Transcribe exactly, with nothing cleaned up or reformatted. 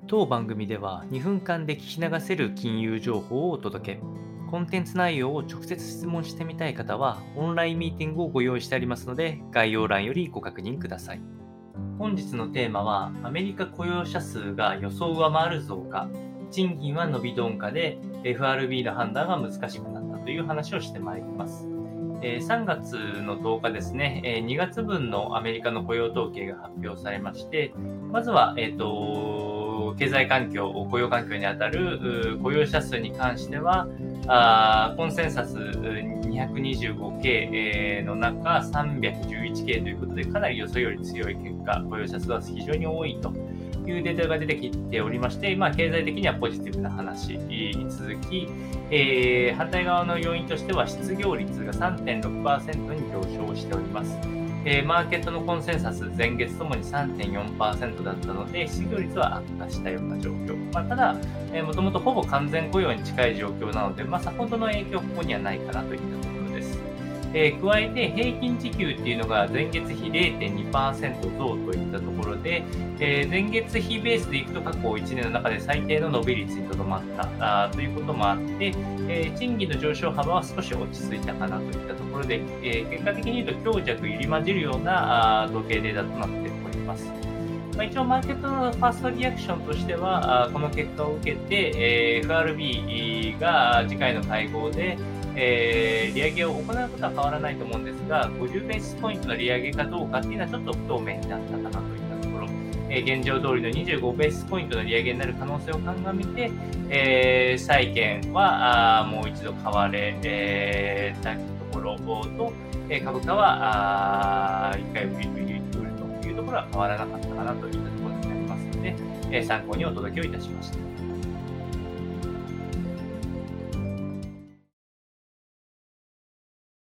当番組ではにふんかんで聞き流せる金融情報をお届け。コンテンツ内容を直接質問してみたい方は、オンラインミーティングをご用意してありますので、概要欄よりご確認ください。本日のテーマは、アメリカ雇用者数が予想を上回る増加、賃金は伸び鈍化で エフアールビー の判断が難しくなったという話をしてまいります。えーさんがつのとおかですね、えーにがつぶんのアメリカの雇用統計が発表されまして、まずは、えーと、経済環境、雇用環境にあたるう雇用者数に関しては、あーコンセンサス にひゃくにじゅうごケー、えーの中 さんびゃくじゅういちケー ということで、かなり予想より強い結果、雇用者数は非常に多いというデータが出てきておりまして、まあ、経済的にはポジティブな話に続き、えー反対側の要因としては失業率が さんてんろくパーセント に上昇しております。えーマーケットのコンセンサス前月ともに さんてんよんパーセント だったので、失業率は悪化したような状況。まあ、ただ、えー、もともとほぼ完全雇用に近い状況なので、まあ、さほどの影響はここにはないかなといったところです。えー加えて平均時給っていうのが前月比 れいてんにパーセント 増といったところで、えー前月比ベースでいくと過去いちねんの中で最低の伸び率にとどまったあーということもあって、えー賃金の上昇幅は少し落ち着いたかなといったところで、えー結果的に言うと強弱入り混じるようなあー統計データとなっております。まあ、一応マーケットのファーストリアクションとしては、あーこの結果を受けて、えー エフアールビー が次回の会合で、えー利上げを行うことは変わらないと思うんですが、ごじゅうベースポイントの利上げかどうかっていうのはちょっと不透明になったかなといったところ、えー現状通りのにじゅうごベースポイントの利上げになる可能性を鑑みて、えー債券はあーもう一度買われ、えー、たところと、えー株価はあー一回売り売り売るというところは変わらなかったかなといったところになりますので、えー参考にお届けをいたしました。